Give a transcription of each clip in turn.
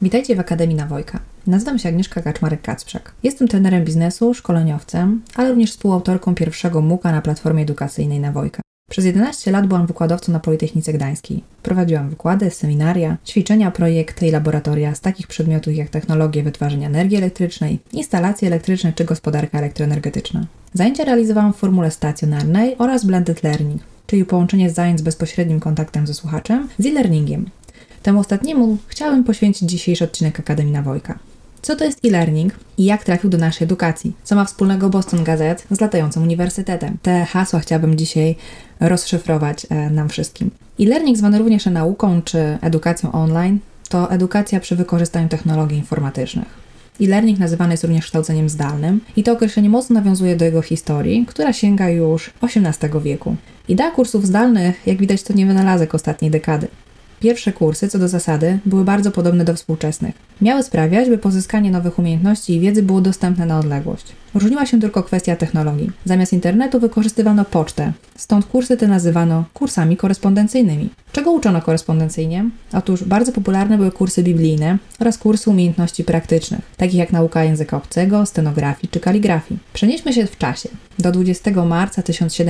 Witajcie w Akademii Nawojka. Nazywam się Agnieszka Kaczmarek-Kacprzak. Jestem trenerem biznesu, szkoleniowcem, ale również współautorką pierwszego MOOC-a na platformie edukacyjnej Nawojka. Przez 11 lat byłam wykładowcą na Politechnice Gdańskiej. Prowadziłam wykłady, seminaria, ćwiczenia, projekty i laboratoria z takich przedmiotów jak technologie wytwarzania energii elektrycznej, instalacje elektryczne czy gospodarka elektroenergetyczna. Zajęcia realizowałam w formule stacjonarnej oraz blended learning, czyli połączenie zajęć z bezpośrednim kontaktem ze słuchaczem z e-learningiem. Temu ostatniemu chciałabym poświęcić dzisiejszy odcinek Akademii Nawojka. Co to jest e-learning i jak trafił do naszej edukacji? Co ma wspólnego Boston Gazette z latającym uniwersytetem? Te hasła chciałabym dzisiaj rozszyfrować nam wszystkim. E-learning zwany również nauką czy edukacją online to edukacja przy wykorzystaniu technologii informatycznych. E-learning nazywany jest również kształceniem zdalnym i to określenie mocno nawiązuje do jego historii, która sięga już XVIII wieku. Idea kursów zdalnych, jak widać, to nie wynalazek ostatniej dekady. Pierwsze kursy, co do zasady, były bardzo podobne do współczesnych. Miały sprawiać, by pozyskanie nowych umiejętności i wiedzy było dostępne na odległość. Różniła się tylko kwestia technologii. Zamiast internetu wykorzystywano pocztę, stąd kursy te nazywano kursami korespondencyjnymi. Czego uczono korespondencyjnie? Otóż bardzo popularne były kursy biblijne oraz kursy umiejętności praktycznych, takich jak nauka języka obcego, stenografii czy kaligrafii. Przenieśmy się w czasie, do 20 marca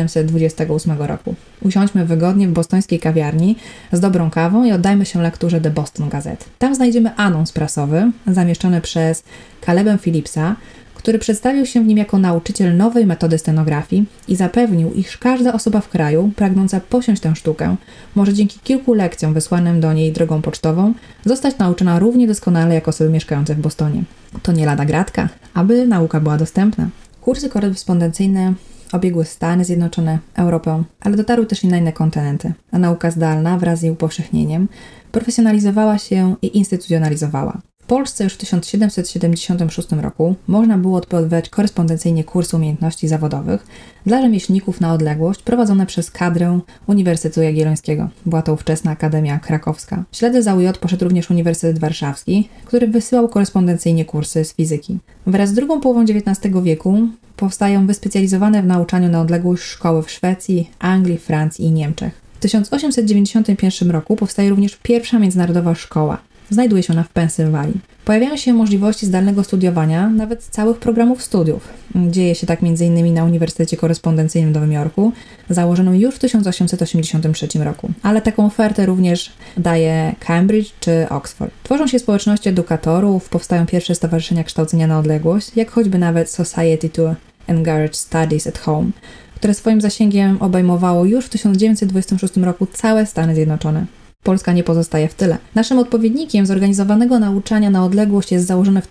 1728 roku. Usiądźmy wygodnie w bostońskiej kawiarni z dobrą kawą i oddajmy się lekturze The Boston Gazette. Tam znajdziemy anons prasowy zamieszczony przez Caleb'a Phillipsa, który przedstawił się w nim jako nauczyciel nowej metody stenografii i zapewnił, iż każda osoba w kraju pragnąca posiąść tę sztukę może dzięki kilku lekcjom wysłanym do niej drogą pocztową zostać nauczona równie doskonale jak osoby mieszkające w Bostonie. To nie lada gratka, aby nauka była dostępna. Kursy korespondencyjne obiegły Stany Zjednoczone, Europę, ale dotarły też i na inne kontynenty, a nauka zdalna wraz z jej upowszechnieniem profesjonalizowała się i instytucjonalizowała. W Polsce już w 1776 roku można było odbywać korespondencyjnie kursy umiejętności zawodowych dla rzemieślników na odległość prowadzone przez kadrę Uniwersytetu Jagiellońskiego. Była to ówczesna Akademia Krakowska. W ślady za UJ poszedł również Uniwersytet Warszawski, który wysyłał korespondencyjnie kursy z fizyki. Wraz z drugą połową XIX wieku powstają wyspecjalizowane w nauczaniu na odległość szkoły w Szwecji, Anglii, Francji i Niemczech. W 1891 roku powstaje również pierwsza międzynarodowa szkoła. Znajduje się ona w Pensylwanii. Pojawiają się możliwości zdalnego studiowania nawet całych programów studiów. Dzieje się tak m.in. na Uniwersytecie Korespondencyjnym w Nowym Jorku, założonym już w 1883 roku. Ale taką ofertę również daje Cambridge czy Oxford. Tworzą się społeczności edukatorów, powstają pierwsze stowarzyszenia kształcenia na odległość, jak choćby nawet Society to Encourage Studies at Home, które swoim zasięgiem obejmowało już w 1926 roku całe Stany Zjednoczone. Polska nie pozostaje w tyle. Naszym odpowiednikiem zorganizowanego nauczania na odległość jest założone w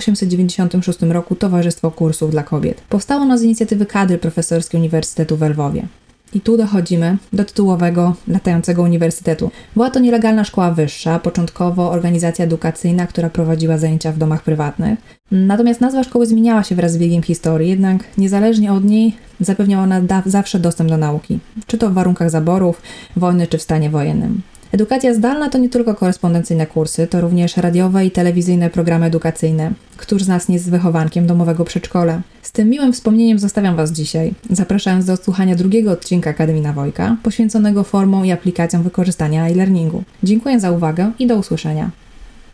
1896 roku Towarzystwo Kursów dla Kobiet. Powstało ono z inicjatywy kadry profesorskiej Uniwersytetu w Lwowie. I tu dochodzimy do tytułowego latającego uniwersytetu. Była to nielegalna szkoła wyższa, początkowo organizacja edukacyjna, która prowadziła zajęcia w domach prywatnych. Natomiast nazwa szkoły zmieniała się wraz z biegiem historii, jednak niezależnie od niej zapewniała ona zawsze dostęp do nauki, czy to w warunkach zaborów, wojny, czy w stanie wojennym. Edukacja zdalna to nie tylko korespondencyjne kursy, to również radiowe i telewizyjne programy edukacyjne. Któż z nas nie jest wychowankiem domowego przedszkola? Z tym miłym wspomnieniem zostawiam Was dzisiaj, zapraszając do odsłuchania drugiego odcinka Akademii Nawojka, poświęconego formom i aplikacjom wykorzystania e-learningu. Dziękuję za uwagę i do usłyszenia.